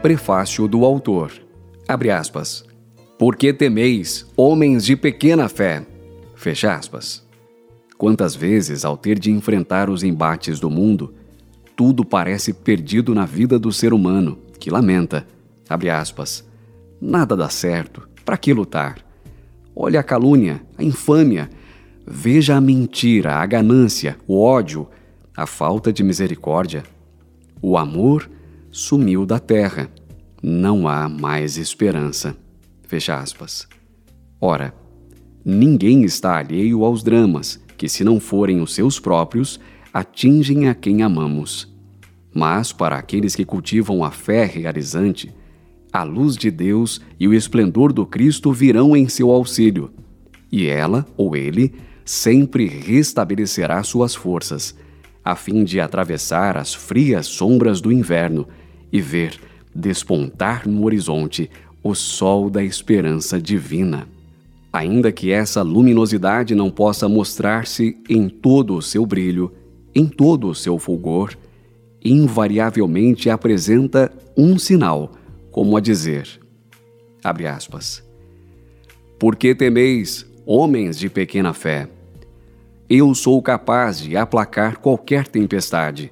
Prefácio do autor. Abre aspas. Por que temeis, homens de pequena fé? Fecha aspas. Quantas vezes, ao ter de enfrentar os embates do mundo, tudo parece perdido na vida do ser humano, que lamenta, abre aspas, nada dá certo, para que lutar? Olha a calúnia, a infâmia, veja a mentira, a ganância, o ódio, a falta de misericórdia. O amor sumiu da terra, não há mais esperança. Fecha aspas. Ora, ninguém está alheio aos dramas, que se não forem os seus próprios, atingem a quem amamos. Mas para aqueles que cultivam a fé realizante, a luz de Deus e o esplendor do Cristo virão em seu auxílio, e ela, ou ele, sempre restabelecerá suas forças, a fim de atravessar as frias sombras do inverno e ver despontar no horizonte o sol da esperança divina. Ainda que essa luminosidade não possa mostrar-se em todo o seu brilho, em todo o seu fulgor, invariavelmente apresenta um sinal, como a dizer, abre aspas, por que temeis, homens de pequena fé? Eu sou capaz de aplacar qualquer tempestade.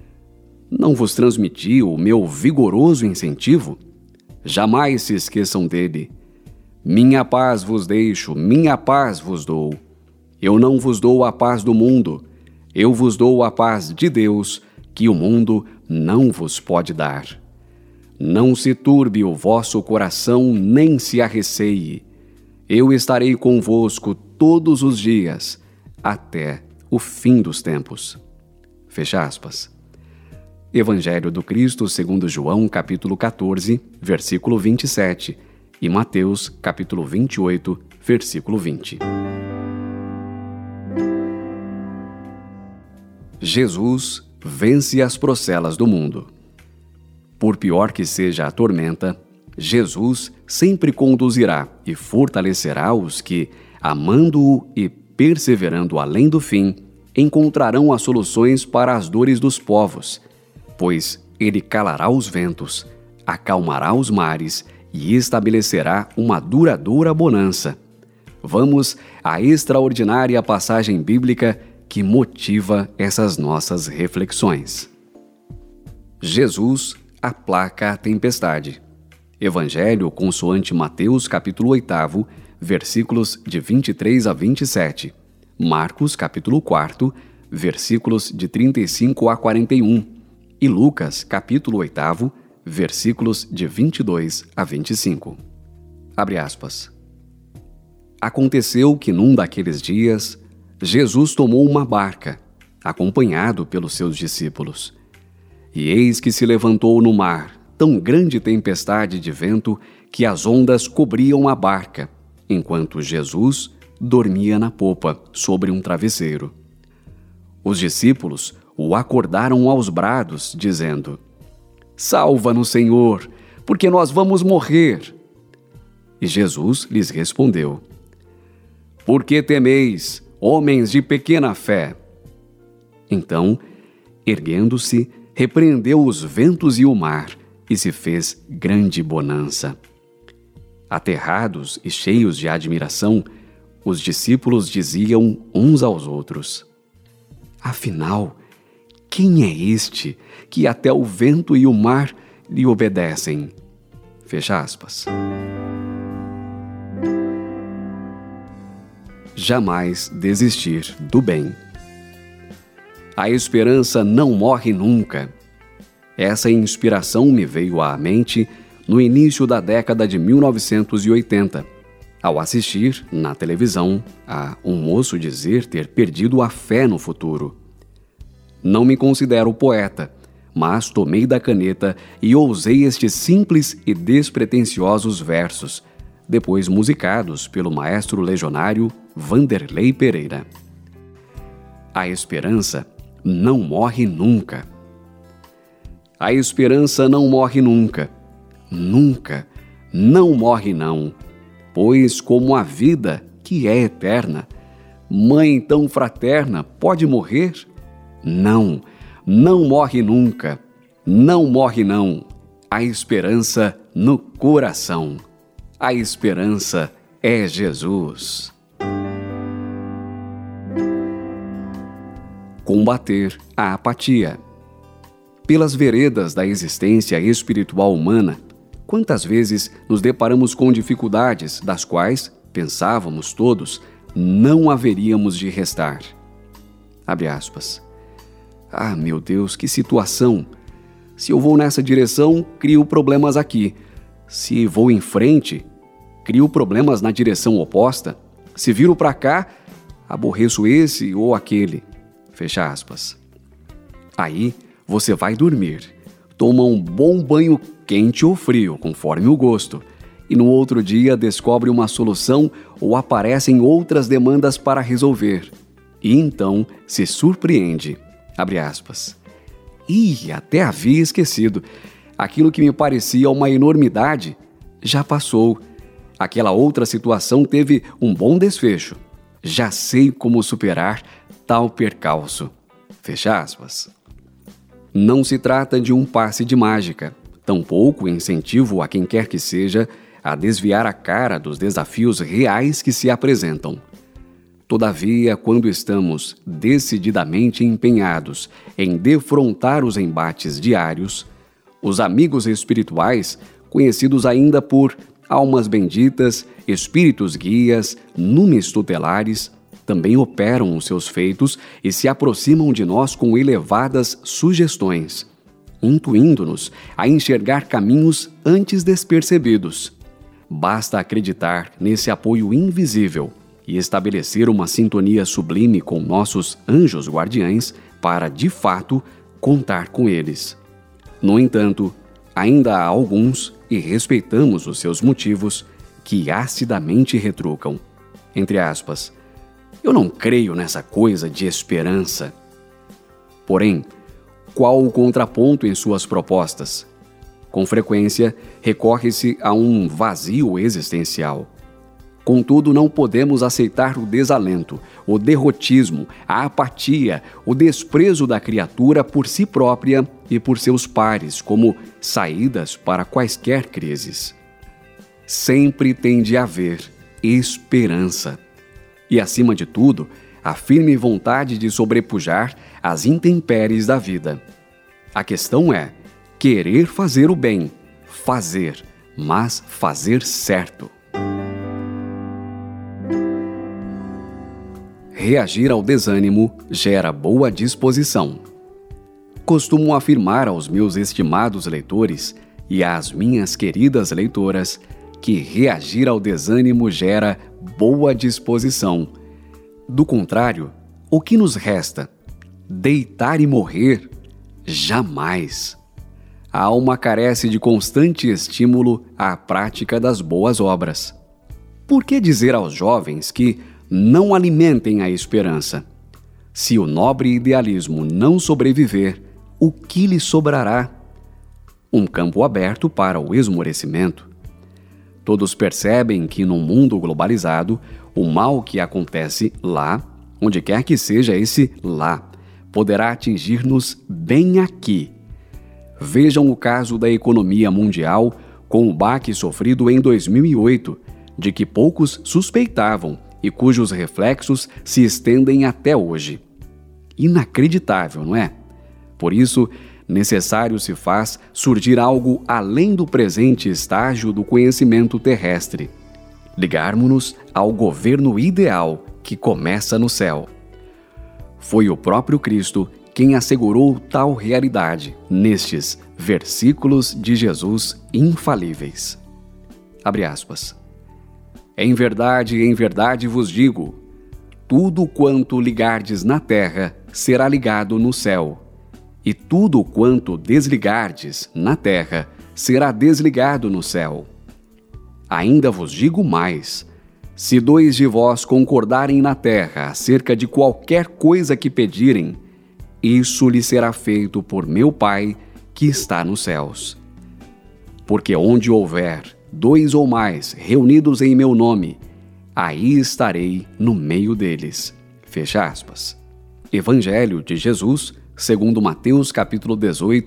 Não vos transmiti o meu vigoroso incentivo? Jamais se esqueçam dele. Minha paz vos deixo, minha paz vos dou. Eu não vos dou a paz do mundo, eu vos dou a paz de Deus, que o mundo não vos pode dar. Não se turbe o vosso coração, nem se arreceie. Eu estarei convosco todos os dias, até o fim dos tempos. Fecha aspas. Evangelho do Cristo segundo João, capítulo 14, versículo 27, e Mateus, capítulo 28, versículo 20. Jesus vence as procelas do mundo. Por pior que seja a tormenta, Jesus sempre conduzirá e fortalecerá os que, amando-o e perseverando além do fim, encontrarão as soluções para as dores dos povos, pois ele calará os ventos, acalmará os mares e estabelecerá uma duradoura bonança. Vamos à extraordinária passagem bíblica que motiva essas nossas reflexões. Jesus aplaca a tempestade. Evangelho consoante Mateus, capítulo 8, versículos de 23 a 27. Marcos, capítulo 4, versículos de 35 a 41. E Lucas, capítulo 8, versículos de 22 a 25. Abre aspas. Aconteceu que num daqueles dias, Jesus tomou uma barca, acompanhado pelos seus discípulos. E eis que se levantou no mar tão grande tempestade de vento que as ondas cobriam a barca, enquanto Jesus dormia na popa, sobre um travesseiro. Os discípulos o acordaram aos brados, dizendo, Salva-nos, Senhor, porque nós vamos morrer. E Jesus lhes respondeu, Por que temeis, homens de pequena fé? Então, erguendo-se, repreendeu os ventos e o mar, e se fez grande bonança. Aterrados e cheios de admiração, os discípulos diziam uns aos outros, Afinal, quem é este que até o vento e o mar lhe obedecem? Fecha aspas. Jamais desistir do bem. A esperança não morre nunca. Essa inspiração me veio à mente no início da década de 1980, ao assistir, na televisão, a um moço dizer ter perdido a fé no futuro. Não me considero poeta, mas tomei da caneta e ousei estes simples e despretensiosos versos, depois musicados pelo maestro legionário Vanderlei Pereira. A esperança não morre nunca. A esperança não morre nunca. Nunca, não morre não. Pois como a vida, que é eterna, mãe tão fraterna pode morrer? Não, não morre nunca. Não morre não. a esperança no coração. A esperança é Jesus. Combater a apatia. Pelas veredas da existência espiritual humana, quantas vezes nos deparamos com dificuldades das quais, pensávamos todos, não haveríamos de restar. Abre aspas. Ah, meu Deus, que situação! Se eu vou nessa direção, crio problemas aqui. Se vou em frente, crio problemas na direção oposta. Se viro para cá, aborreço esse ou aquele. Fecha aspas. Aí, você vai dormir. Toma um bom banho quente ou frio, conforme o gosto. E no outro dia descobre uma solução ou aparecem outras demandas para resolver. E então se surpreende. Abre aspas. Até havia esquecido. Aquilo que me parecia uma enormidade já passou. Aquela outra situação teve um bom desfecho. Já sei como superar tal percalço. Fecha aspas. Não se trata de um passe de mágica, tampouco incentivo a quem quer que seja a desviar a cara dos desafios reais que se apresentam. Todavia, quando estamos decididamente empenhados em defrontar os embates diários, os amigos espirituais, conhecidos ainda por almas benditas, espíritos guias, numes tutelares, também operam os seus feitos e se aproximam de nós com elevadas sugestões, intuindo-nos a enxergar caminhos antes despercebidos. Basta acreditar nesse apoio invisível e estabelecer uma sintonia sublime com nossos anjos guardiães para, de fato, contar com eles. No entanto, ainda há alguns, e respeitamos os seus motivos, que acidamente retrucam. Entre aspas, eu não creio nessa coisa de esperança. Porém, qual o contraponto em suas propostas? Com frequência, recorre-se a um vazio existencial. Contudo, não podemos aceitar o desalento, o derrotismo, a apatia, o desprezo da criatura por si própria e por seus pares como saídas para quaisquer crises. Sempre tem de haver esperança. E, acima de tudo, a firme vontade de sobrepujar as intempéries da vida. A questão é querer fazer o bem, mas fazer certo. Reagir ao desânimo gera boa disposição. Costumo afirmar aos meus estimados leitores e às minhas queridas leitoras que reagir ao desânimo gera boa disposição. Do contrário, o que nos resta? Deitar e morrer? Jamais! A alma carece de constante estímulo à prática das boas obras. Por que dizer aos jovens que não alimentem a esperança? Se o nobre idealismo não sobreviver, o que lhe sobrará? Um campo aberto para o esmorecimento. Todos percebem que num mundo globalizado, o mal que acontece lá, onde quer que seja esse lá, poderá atingir-nos bem aqui. Vejam o caso da economia mundial com o baque sofrido em 2008, de que poucos suspeitavam e cujos reflexos se estendem até hoje. Inacreditável, não é? Por isso, necessário se faz surgir algo além do presente estágio do conhecimento terrestre. Ligarmos-nos ao governo ideal que começa no céu. Foi o próprio Cristo quem assegurou tal realidade nestes versículos de Jesus infalíveis. Abre aspas. Em verdade vos digo, tudo quanto ligardes na terra será ligado no céu, e tudo quanto desligardes na terra será desligado no céu. Ainda vos digo mais, se 2 de vós concordarem na terra acerca de qualquer coisa que pedirem, isso lhe será feito por meu Pai que está nos céus. Porque onde houver 2 ou mais reunidos em meu nome, aí estarei no meio deles. Fecha aspas. Evangelho de Jesus, segundo Mateus capítulo 18,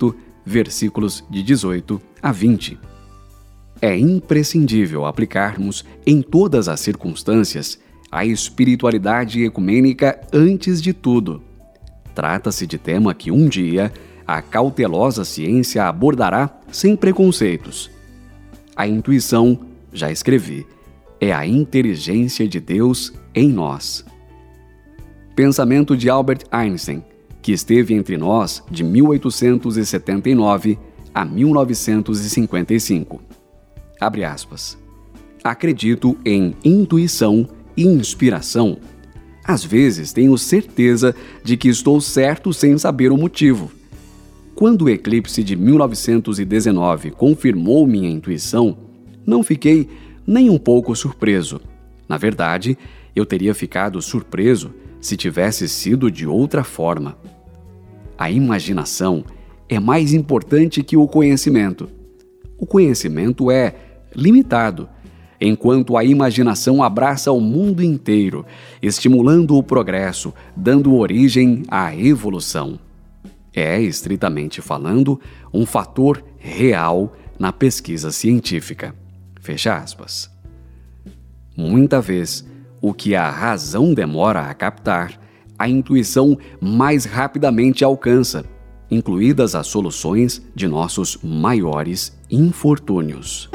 versículos de 18 a 20. É imprescindível aplicarmos, em todas as circunstâncias, a espiritualidade ecumênica antes de tudo. Trata-se de tema que um dia a cautelosa ciência abordará sem preconceitos. A intuição, já escrevi, é a inteligência de Deus em nós. Pensamento de Albert Einstein, que esteve entre nós de 1879 a 1955. Abre aspas. Acredito em intuição e inspiração. Às vezes tenho certeza de que estou certo sem saber o motivo. Quando o eclipse de 1919 confirmou minha intuição, não fiquei nem um pouco surpreso. Na verdade, eu teria ficado surpreso se tivesse sido de outra forma. A imaginação é mais importante que o conhecimento. O conhecimento é limitado, enquanto a imaginação abraça o mundo inteiro, estimulando o progresso, dando origem à evolução. É, estritamente falando, um fator real na pesquisa científica. Fecha aspas. Muita vez, o que a razão demora a captar, a intuição mais rapidamente alcança, incluídas as soluções de nossos maiores infortúnios.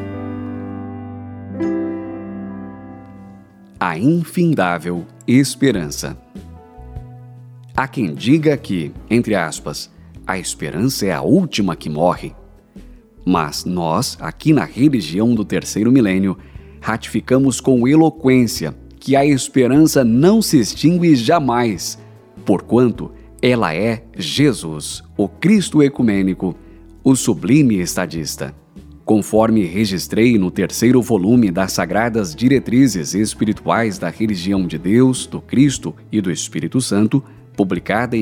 A infindável esperança. Há quem diga que, entre aspas, a esperança é a última que morre. Mas nós, aqui na religião do terceiro milênio, ratificamos com eloquência que a esperança não se extingue jamais, porquanto ela é Jesus, o Cristo ecumênico, o sublime estadista. Conforme registrei no terceiro volume das Sagradas Diretrizes Espirituais da Religião de Deus, do Cristo e do Espírito Santo, publicada em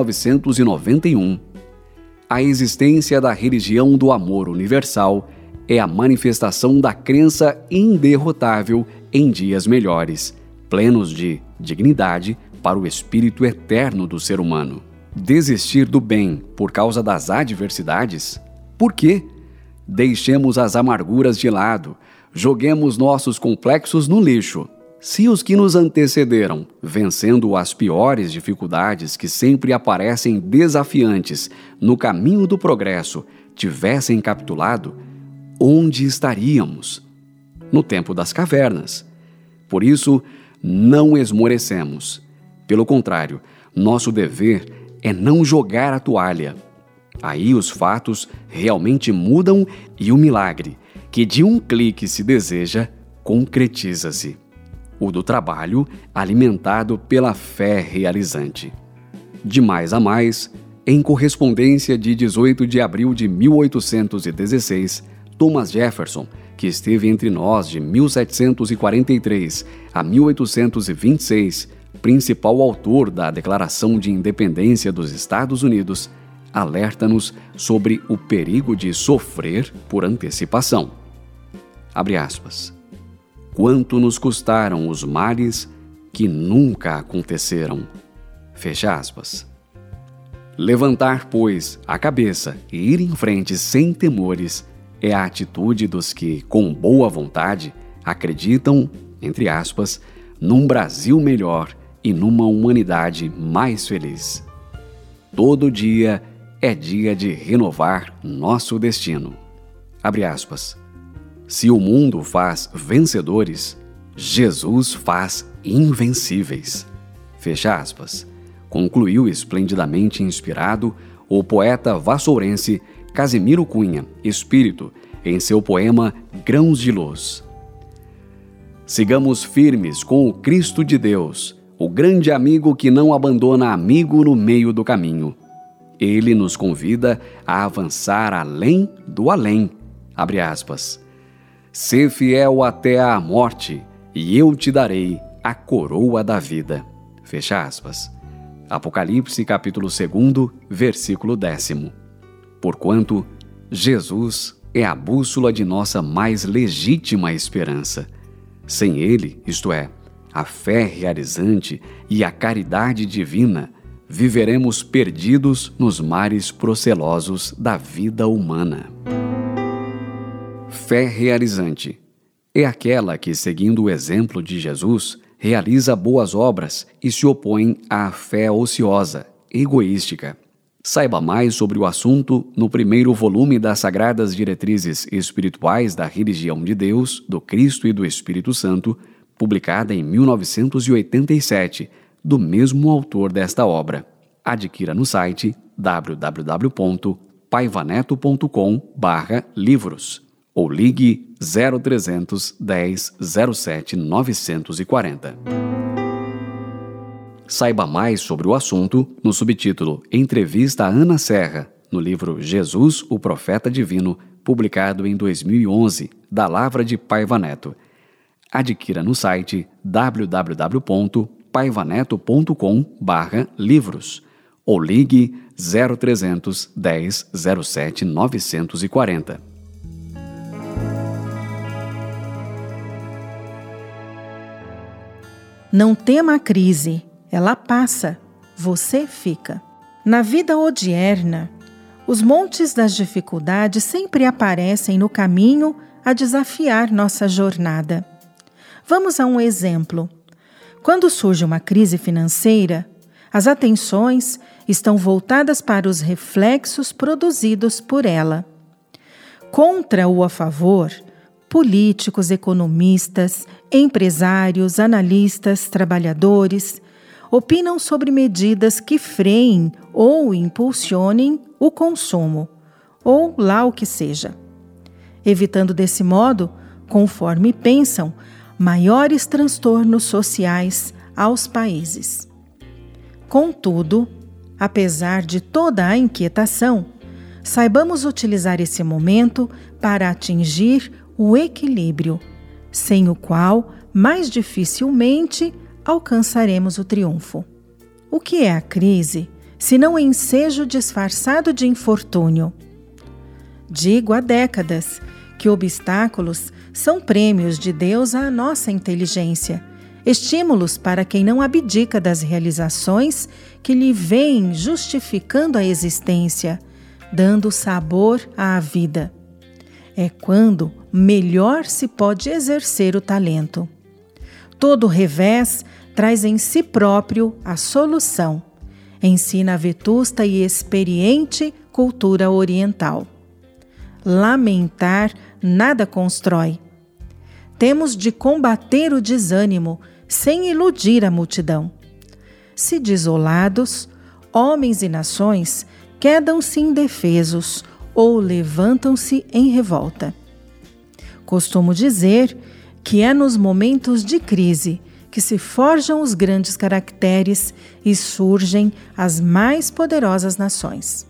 1991, a existência da religião do amor universal é a manifestação da crença inderrotável em dias melhores, plenos de dignidade para o espírito eterno do ser humano. Desistir do bem por causa das adversidades? Por quê? Deixemos as amarguras de lado, joguemos nossos complexos no lixo. Se os que nos antecederam, vencendo as piores dificuldades que sempre aparecem desafiantes no caminho do progresso, tivessem capitulado, onde estaríamos? No tempo das cavernas. Por isso, não esmorecemos. Pelo contrário, nosso dever é não jogar a toalha. Aí os fatos realmente mudam e o milagre, que de um clique se deseja, concretiza-se. O do trabalho, alimentado pela fé realizante. De mais a mais, em correspondência de 18 de abril de 1816, Thomas Jefferson, que esteve entre nós de 1743 a 1826, principal autor da Declaração de Independência dos Estados Unidos, alerta-nos sobre o perigo de sofrer por antecipação. Abre aspas. Quanto nos custaram os males que nunca aconteceram. Fecha aspas. Levantar, pois, a cabeça e ir em frente sem temores é a atitude dos que, com boa vontade, acreditam, entre aspas, num Brasil melhor e numa humanidade mais feliz. Todo dia é dia de renovar nosso destino. Abre aspas. Se o mundo faz vencedores, Jesus faz invencíveis. Fecha aspas. Concluiu esplendidamente inspirado o poeta vassourense Casimiro Cunha, espírito, em seu poema Grãos de Luz. Sigamos firmes com o Cristo de Deus, o grande amigo que não abandona amigo no meio do caminho. Ele nos convida a avançar além do além. Abre aspas. Sê fiel até à morte, e eu te darei a coroa da vida. Fecha aspas. Apocalipse capítulo 2, versículo 10. Porquanto Jesus é a bússola de nossa mais legítima esperança. Sem ele, isto é, a fé realizante e a caridade divina, viveremos perdidos nos mares procelosos da vida humana. Fé realizante é aquela que, seguindo o exemplo de Jesus, realiza boas obras e se opõe à fé ociosa, egoística. Saiba mais sobre o assunto no primeiro volume das Sagradas Diretrizes Espirituais da Religião de Deus, do Cristo e do Espírito Santo, publicada em 1987, do mesmo autor desta obra. Adquira no site www.paivaneto.com/livros ou ligue 0300 10 07 940. Saiba mais sobre o assunto no subtítulo Entrevista a Ana Serra, no livro Jesus, o Profeta Divino, publicado em 2011, da Lavra de Paiva Neto. Adquira no site www.paivaneto.com/livros ou ligue 0300 10 07 940. Não tema a crise, ela passa, você fica. Na vida odierna, os montes das dificuldades sempre aparecem no caminho a desafiar nossa jornada. Vamos a um exemplo. Quando surge uma crise financeira, as atenções estão voltadas para os reflexos produzidos por ela. Contra ou a favor, políticos, economistas, empresários, analistas, trabalhadores opinam sobre medidas que freiem ou impulsionem o consumo, ou lá o que seja, evitando desse modo, conforme pensam, maiores transtornos sociais aos países. Contudo, apesar de toda a inquietação, saibamos utilizar esse momento para atingir o equilíbrio, sem o qual mais dificilmente alcançaremos o triunfo. O que é a crise, se não ensejo disfarçado de infortúnio? Digo há décadas que obstáculos são prêmios de Deus à nossa inteligência, estímulos para quem não abdica das realizações que lhe vêm justificando a existência, dando sabor à vida. É quando melhor se pode exercer o talento. Todo revés traz em si próprio a solução, ensina a vetusta e experiente cultura oriental. Lamentar nada constrói. Temos de combater o desânimo sem iludir a multidão. Se desolados, homens e nações quedam-se indefesos ou levantam-se em revolta. Costumo dizer que é nos momentos de crise que se forjam os grandes caracteres e surgem as mais poderosas nações.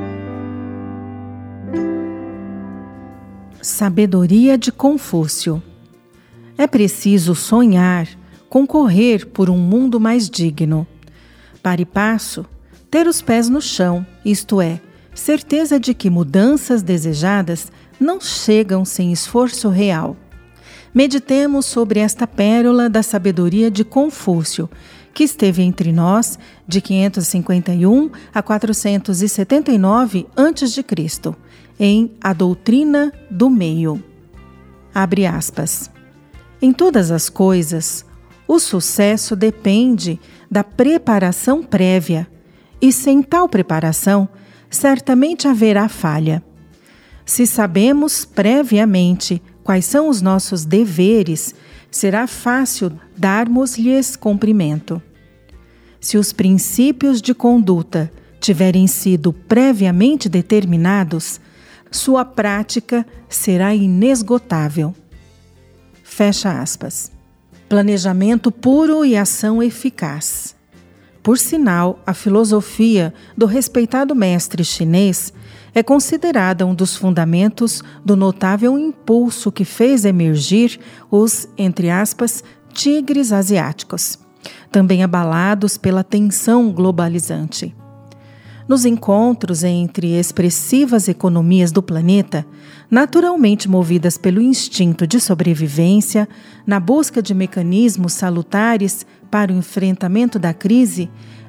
Sabedoria de Confúcio. É preciso sonhar, concorrer por um mundo mais digno. Para e passo, ter os pés no chão, isto é, certeza de que mudanças desejadas não chegam sem esforço real. Meditemos sobre esta pérola da sabedoria de Confúcio, que esteve entre nós de 551 a 479 a.C., em A Doutrina do Meio. Abre aspas. Em todas as coisas, o sucesso depende da preparação prévia, e sem tal preparação, certamente haverá falha. Se sabemos previamente quais são os nossos deveres, será fácil darmos-lhes cumprimento. Se os princípios de conduta tiverem sido previamente determinados, sua prática será inesgotável. Fecha aspas. Planejamento puro e ação eficaz. Por sinal, a filosofia do respeitado mestre chinês é considerada um dos fundamentos do notável impulso que fez emergir os, entre aspas, tigres asiáticos, também abalados pela tensão globalizante. Nos encontros entre expressivas economias do planeta, naturalmente movidas pelo instinto de sobrevivência, na busca de mecanismos salutares para o enfrentamento da crise,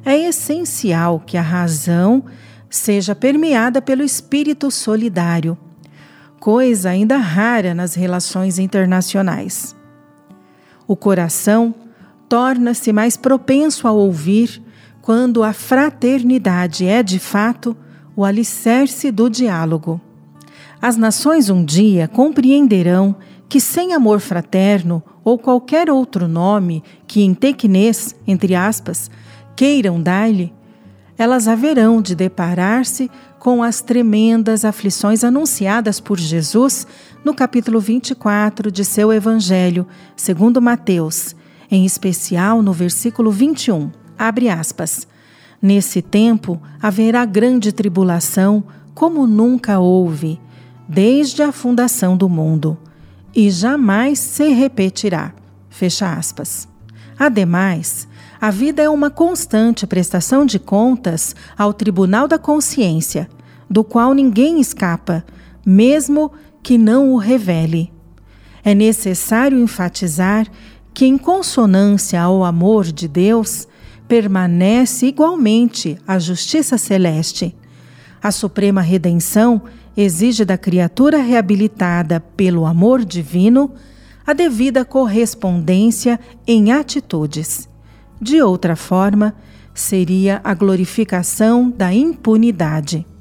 é essencial que a razão seja permeada pelo espírito solidário, coisa ainda rara nas relações internacionais. O coração torna-se mais propenso a ouvir quando a fraternidade é, de fato, o alicerce do diálogo. As nações um dia compreenderão que sem amor fraterno ou qualquer outro nome que em tequinês, entre aspas, queiram dar-lhe, elas haverão de deparar-se com as tremendas aflições anunciadas por Jesus no capítulo 24 de seu Evangelho, segundo Mateus, em especial no versículo 21, abre aspas, nesse tempo haverá grande tribulação, como nunca houve, desde a fundação do mundo, e jamais se repetirá, fecha aspas. Ademais, a vida é uma constante prestação de contas ao Tribunal da Consciência, do qual ninguém escapa, mesmo que não o revele. É necessário enfatizar que, em consonância ao amor de Deus, permanece igualmente a justiça celeste. A suprema redenção exige da criatura reabilitada pelo amor divino a devida correspondência em atitudes. De outra forma, seria a glorificação da impunidade.